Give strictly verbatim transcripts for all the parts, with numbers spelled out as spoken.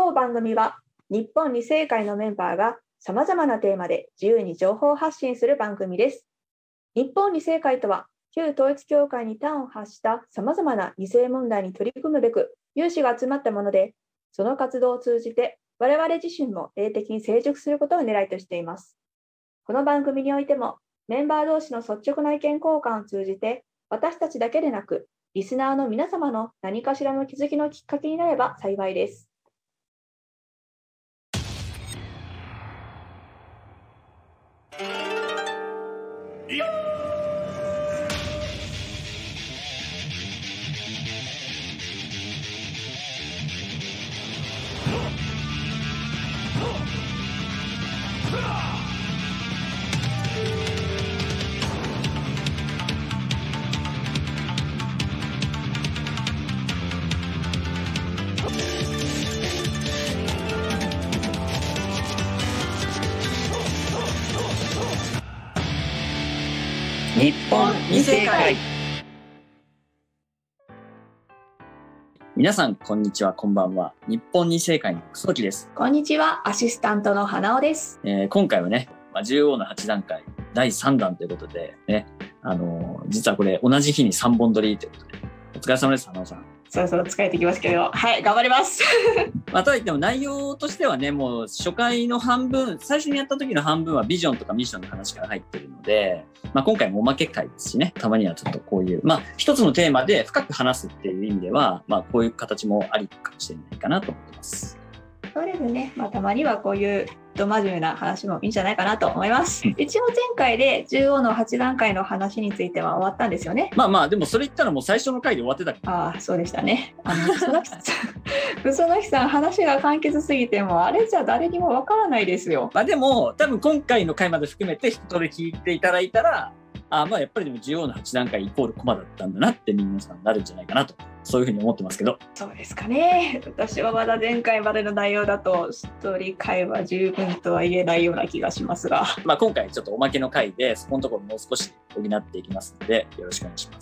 当番組は日本二世会のメンバーがさまざまなテーマで自由に情報を発信する番組です。日本二世会とは旧統一教会に端を発したさまざまな二世問題に取り組むべく有志が集まったもので、その活動を通じて我々自身も霊的に成熟することを狙いとしています。この番組においてもメンバー同士の率直な意見交換を通じて、私たちだけでなくリスナーの皆様の何かしらの気づきのきっかけになれば幸いです。 日本二世会。皆さんこんにちは、こんばんは。日本二世会の楠木です。 こんにちは、アシスタントの花尾です。 えー、今回はね、まあ、じゅうおうのはちだんかいだいさんだんということでね、あのー、実はこれ同じ日にさんぼん撮りということで、お疲れ様です、花尾さん。 そろそろ疲れてきますけど、はい、頑張ります。 まあ、とはいっても内容としてはね、もう初回の半分、最初にやった時の半分はビジョンとかミッションの話から入ってるので、まあ、今回もおまけ会ですしね、たまにはちょっとこういう、まあ一つのテーマで深く話すっていう意味では、まあこういう形もありかもしれないかなと思ってます。 そうですね、まあ、たまにはこういうど真面目な話もいいんじゃないかなと思います。一応前回でじゅうおうのはちだんかいの話については終わったんですよね。 まあまあでもそれ言ったらもう最初の回で終わってた。 ああ、そうでしたね。あの楠木さん楠木さん話が簡潔すぎてもあれじゃ誰にもわからないですよ。 まあでも多分今回の回まで含めて一通り聞いていただいたら、あまあやっぱりでもじゅうおうのはちだんかいイコールコマだったんだなって皆さんなるんじゃないかなと、そういうふうに思ってますけど。 そうですかね。私はまだ前回までの内容だと一人会は十分とは言えないような気がしますが、 まあ今回ちょっとおまけの回でそこのところもう少し補っていきますのでよろしくお願いします。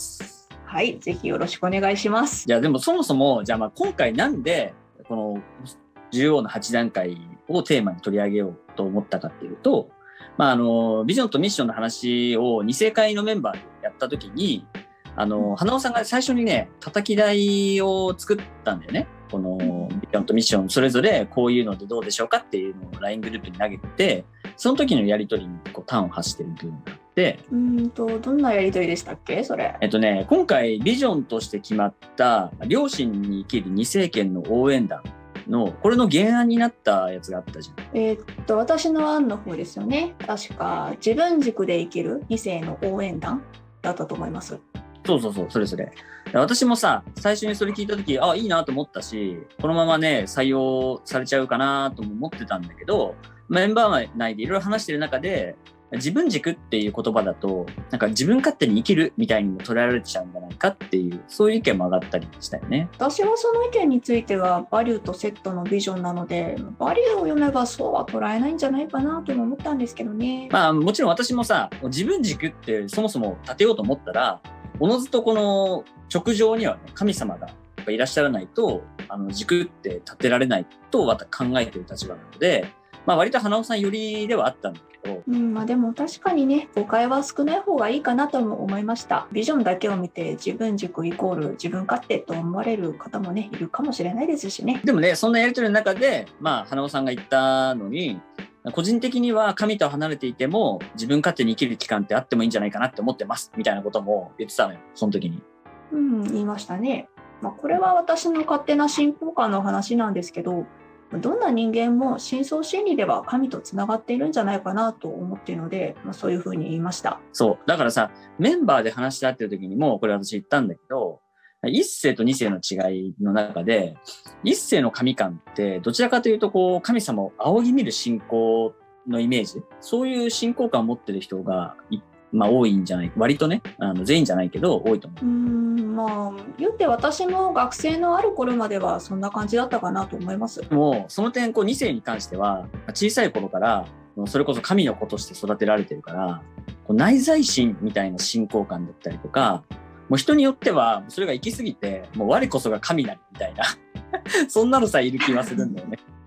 はい、ぜひよろしくお願いします。 じゃあでもそもそもじゃあまあ今回なんでこのじゅうおうのはちだんかいをテーマに取り上げようと思ったかっていうと、まあ、あのビジョンとミッションの話を二世会のメンバーでやった時に、あの花尾さんが最初にね叩き台を作ったんだよね。このビジョンとミッションそれぞれこういうのでどうでしょうかっていうのを ライン グループに投げて、その時のやり取りにこう端を発してる部分があって、 うーんとどんなやり取りでしたっけそれ。 えっとね今回ビジョンとして決まった両親に生きる二世圏の応援団のこれの原案になったやつがあったじゃん。 えー、っと私の案の方ですよね。確か自分軸で生きるに世の応援団だったと思います。 そうそうそう、それそれ。私もさ、最初にそれ聞いた時、あ、いいなと思ったし、このままね採用されちゃうかなとも思ってたんだけど、メンバー内でいろいろ話してる中で、自分軸っていう言葉だとなんか自分勝手に生きるみたいにも捉えられちゃうんじゃないかっていう、そういう意見も上がったりしたよね。 私はその意見についてはバリューとセットのビジョンなので、バリューを読めばそうは捉えないんじゃないかなとも思ったんですけどね。 まあもちろん私もさ、自分軸ってそもそも立てようと思ったらおのずとこの直上には、ね、神様がいらっしゃらないとあの軸って立てられないとまた考えている立場なので、まあ、割と花尾さん寄りではあったんだけど、 うんまあ、でも確かにね誤解は少ない方がいいかなとも思いました。ビジョンだけを見て自分軸イコール自分勝手と思われる方もねいるかもしれないですしね。 でもねそんなやり取りの中で、まあ、花尾さんが言ったのに、個人的には神と離れていても自分勝手に生きる期間ってあってもいいんじゃないかなって思ってますみたいなことも言ってたのよ、その時に。 うん言いましたね。まあ、これは私の勝手な信仰感の話なんですけど、どんな人間も深層心理では神とつながっているんじゃないかなと思っているので、まあ、そういうふうに言いました。 そうだからさ、メンバーで話し合ってる時にもこれ私言ったんだけど、一世と二世の違いの中で、一世の神感ってどちらかというとこう神様を仰ぎ見る信仰のイメージ、そういう信仰感を持ってる人がいまあ多いんじゃない、割とね、あの全員じゃないけど多いと思う。 うーんまあ言って私も学生のある頃まではそんな感じだったかなと思います。 もうその点こう二世に関しては小さい頃からそれこそ神の子として育てられてるから、こう内在心みたいな信仰感だったりとか、もう人によってはそれが行き過ぎてもう我こそが神なりみたいなそんなのさえいる気はするんだよね。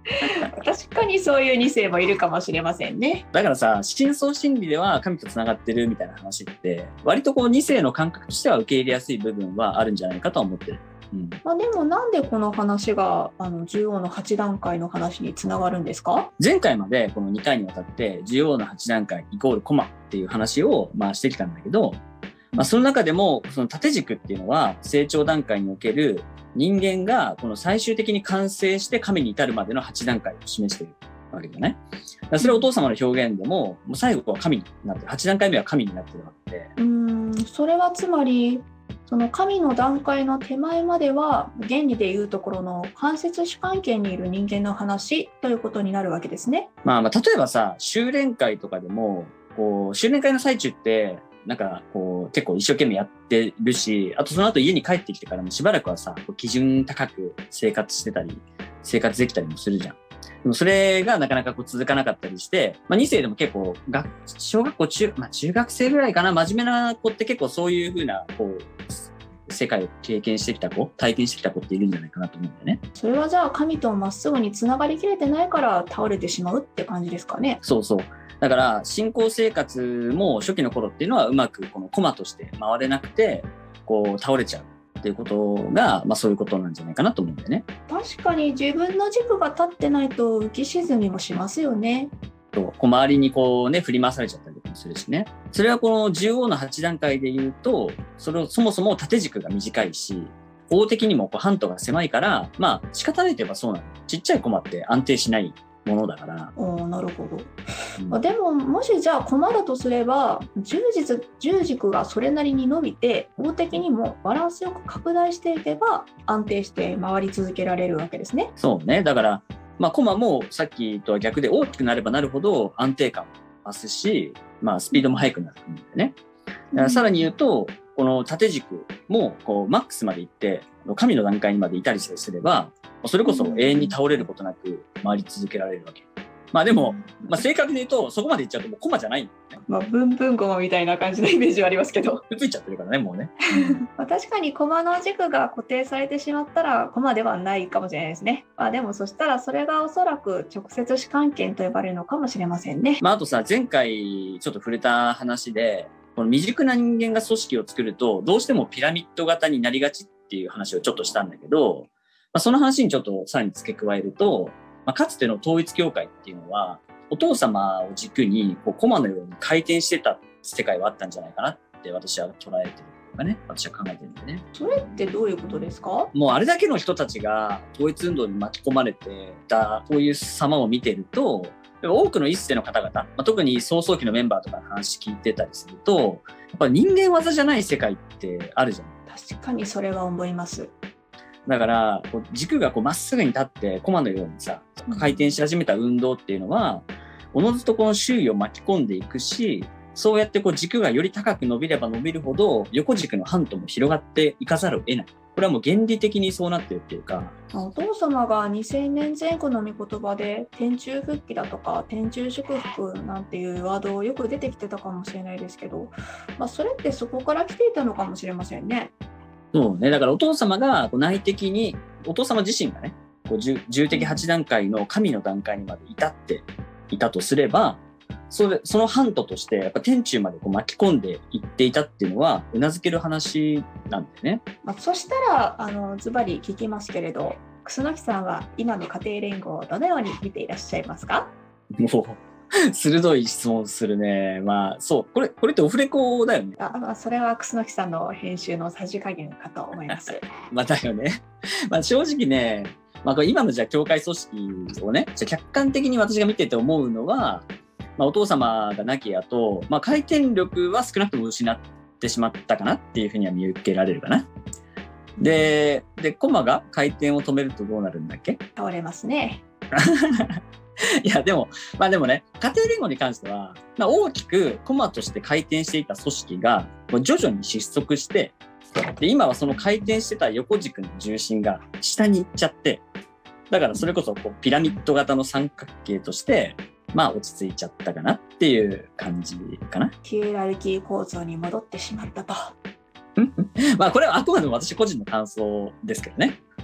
確かにそういうに世もいるかもしれませんね。 だからさ、深層心理では神とつながってるみたいな話って割とこうに世の感覚としては受け入れやすい部分はあるんじゃないかとは思ってる。うん、 まあ、でもなんでこの話があの獣王のはち段階の話につながるんですか？ 前回までこのにかいにわたって獣王のはち段階イコールコマっていう話をまあしてきたんだけど、まあ、その中でもその縦軸っていうのは成長段階における人間がこの最終的に完成して神に至るまでのはち段階を示しているわけだね。だからそれはお父様の表現でも、もう最後は神になってる、はち段階目は神になってるわけで。 うーん、それはつまりその神の段階の手前までは原理でいうところの間接主観圏にいる人間の話ということになるわけですね。 まあ、まあ例えばさ、修練会とかでもこう修練会の最中ってなんかこう結構一生懸命やってるし、あとその後家に帰ってきてからもしばらくはさ、基準高く生活してたり生活できたりもするじゃん。でもそれがなかなかこう続かなかったりして、まあ、に世でも結構学小学校中、まあ、中学生ぐらいかな、真面目な子って結構そういう風なこう世界を経験してきた子、体験してきた子っているんじゃないかなと思うんだよね。 それはじゃあ神とまっすぐにつながりきれてないから倒れてしまうって感じですかね。 そうそう。だから信仰生活も初期の頃っていうのはうまくこの駒として回れなくてこう倒れちゃうっていうことが、まあ、そういうことなんじゃないかなと思うんだよね。 確かに自分の軸が立ってないと浮き沈みもしますよね。 とこう周りにこうね振り回されちゃったりとかもするしね。それはこの獣王のはち段階で言うと、それをそもそも縦軸が短いし、法的にもこう半島が狭いから、まあ仕方ないと言えばそうなの。ちっちゃい駒って安定しないものだから。 おー、なるほど。 うん、 でももしじゃあ駒だとすれば十軸、十軸がそれなりに伸びて法的にもバランスよく拡大していけば安定して回り続けられるわけですね。 そうね。だからまあ駒もさっきとは逆で大きくなればなるほど安定感も増すし、まあスピードも速くなるんだよね。だからさらに言うと、この縦軸もこうマックスまで行って神の段階にまでいたりすれば、それこそ永遠に倒れることなく回り続けられるわけ。まあでも、まあ、正確に言うとそこまでいっちゃうともうコマじゃないんだよね。 まあ、ブンブンコマみたいな感じのイメージはありますけど、 くっついちゃってるからね、もうね。 まあ確かにコマの軸が固定されてしまったらコマではないかもしれないですね。まあ、でもそしたらそれがおそらく直接主観権と呼ばれるのかもしれませんね。 まああとさ、前回ちょっと触れた話で、この未熟な人間が組織を作るとどうしてもピラミッド型になりがちっていう話をちょっとしたんだけど、まあ、その話にちょっとさらに付け加えると、まあ、かつての統一教会っていうのはお父様を軸にこうコマのように回転してた世界はあったんじゃないかなって私は捉えてるとかね、私は考えてるんでね。 それってどういうことですか？ もうあれだけの人たちが統一運動に巻き込まれていたこういう様を見てると、多くの一世の方々、まあ、特に創創期のメンバーとかの話聞いてたりすると、やっぱ人間技じゃない世界ってあるじゃん。 確かにそれは思います。 だからこう軸がこうまっすぐに立ってコマのようにさ回転し始めた運動っていうのは、おのずとこの周囲を巻き込んでいくし、そうやってこう軸がより高く伸びれば伸びるほど横軸の半島も広がっていかざるを得ない。これはもう原理的にそうなってるっていうか、 お父様がにせんねんぜん後の御言葉で天中復帰だとか天中祝福なんていうワードをよく出てきてたかもしれないですけど、まあ、それってそこから来ていたのかもしれませんね。 そうね。だからお父様がこう内的に、お父様自身がね、こう重重的はち段階の神の段階にまで至っていたとすれば、それその半島としてやっぱ天中までこう巻き込んでいっていたっていうのはうなずける話なんだよね。 まあ、そしたらあのズバリ聞きますけれど、楠木さんは今の家庭連合をどのように見ていらっしゃいますか？ もう鋭い質問するね。まあそう、これこれってオフレコだよね。 あ、まあ、それは楠木さんの編集のさじ加減かと思います。 まあだよね。まあ正直ね、まあ、これ今のじゃあ教会組織をね、じゃあ客観的に私が見てて思うのは、まあ、お父様が亡き後、まあ、回転力は少なくとも失ってしまったかなっていうふうには見受けられるかな。で、で、コマが回転を止めるとどうなるんだっけ？ 倒れますね。 いや、でも、まあでもね、家庭連合に関しては、まあ、大きくコマとして回転していた組織が徐々に失速して、で、今はその回転してた横軸の重心が下に行っちゃって、だからそれこそこうピラミッド型の三角形として、まあ落ち着いちゃったかなっていう感じかな。 ヒエラルキー構造に戻ってしまったと。 まあこれはあくまでも私個人の感想ですけどね。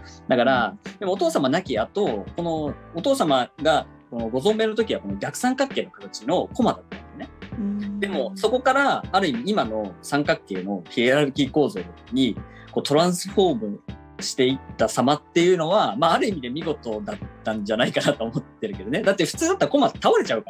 だからでもお父様亡き後、このお父様がこのご存命の時はこの逆三角形の形のコマだったんだよね。うん、でもそこからある意味今の三角形のヒエラルキー構造にこうトランスフォームしていった様っていうのは、まあ、ある意味で見事だったんじゃないかなと思ってるけどね。だって普通だったらコマ倒れちゃうから、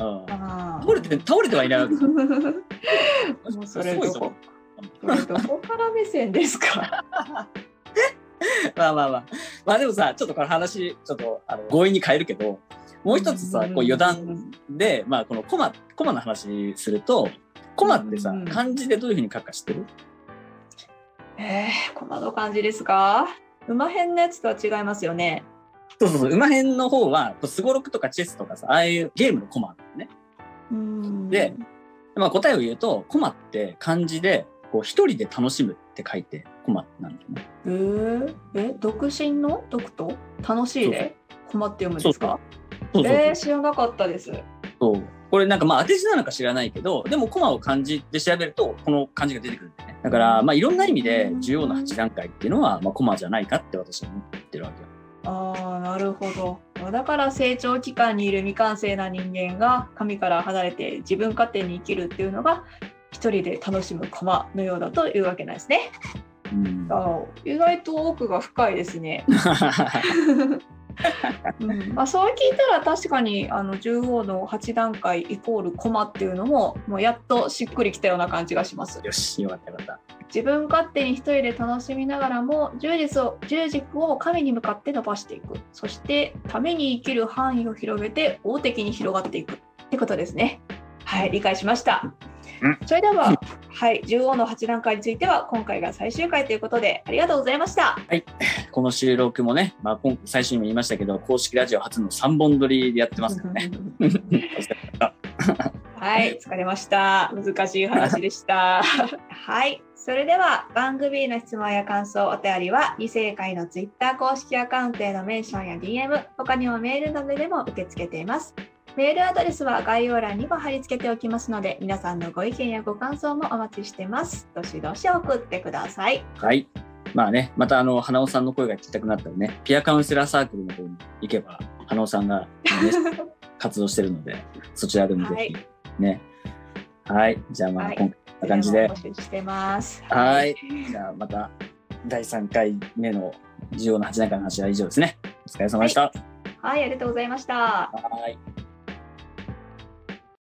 うん、倒れて倒れてはいないわけですもうそれどこそれどこから目線ですかまあまあまあまあでもさ、ちょっとこの話ちょっとあの強引に変えるけど、もう一つさ、こう余談で、まあこのコマコマの話すると、コマってさ、漢字でどういう風に書くか知ってる？ えー、コマの漢字ですか？馬編のやつとは違いますよね。 そうそうそう、馬編の方はスゴロクとかチェスとかさ、ああいうゲームのコマなんだよね。うん、で、まあ、答えを言うと、コマって漢字でこう一人で楽しむって書いてコマなんだよね。 えー、え独身の独と楽しいでコマって読むんですか？そうそうそう、えー、知らなかったです。 そう、これなんかまあ当て字なのか知らないけど、でもコマを漢字で調べるとこの漢字が出てくるんだよね。だからまあいろんな意味で重要なはち段階っていうのはまあコマじゃないかって私は思ってるわけよ。 ああ、なるほど。だから成長期間にいる未完成な人間が神から離れて自分勝手に生きるっていうのが一人で楽しむコマのようだというわけなんですね。うん、あ、意外と奥が深いですね。うんまあ、そう聞いたら確かにあの獣王のはち段階イコールコマっていうのももうやっとしっくりきたような感じがします。 よし、よかったよかった。 自分勝手に一人で楽しみながらも充実を充軸を神に向かって伸ばしていく、そしてために生きる範囲を広げて大的に広がっていくってことですね。はい、理解しました。それでは、はい、獣王のはち段階については今回が最終回ということでありがとうございました。 はい、この収録もね、まあ、今最初にも言いましたけど公式ラジオ初のさんぼん撮りでやってますからね。 はい、疲れました。難しい話でした。はい、それでは番組の質問や感想、お便りは二世会のツイッター公式アカウントへのメンションや ディーエム、他にもメールなどでも受け付けています。メールアドレスは概要欄にも貼り付けておきますので、皆さんのご意見やご感想もお待ちしてます。どしどし送ってください。 はい。まあね、またあの花尾さんの声が聞きたくなったらね、ピアカウンセラーサークルの方に行けば花尾さんが、ね、活動してるので、そちらでもぜひね。はい、はい、じゃあまあ、はい、今回こんな感じで。 募集してます。 はい。じゃあまただいさんかいめの獣王のはち段階の話は以上ですね。お疲れ様でした。 はい、はい、ありがとうございました。 はい。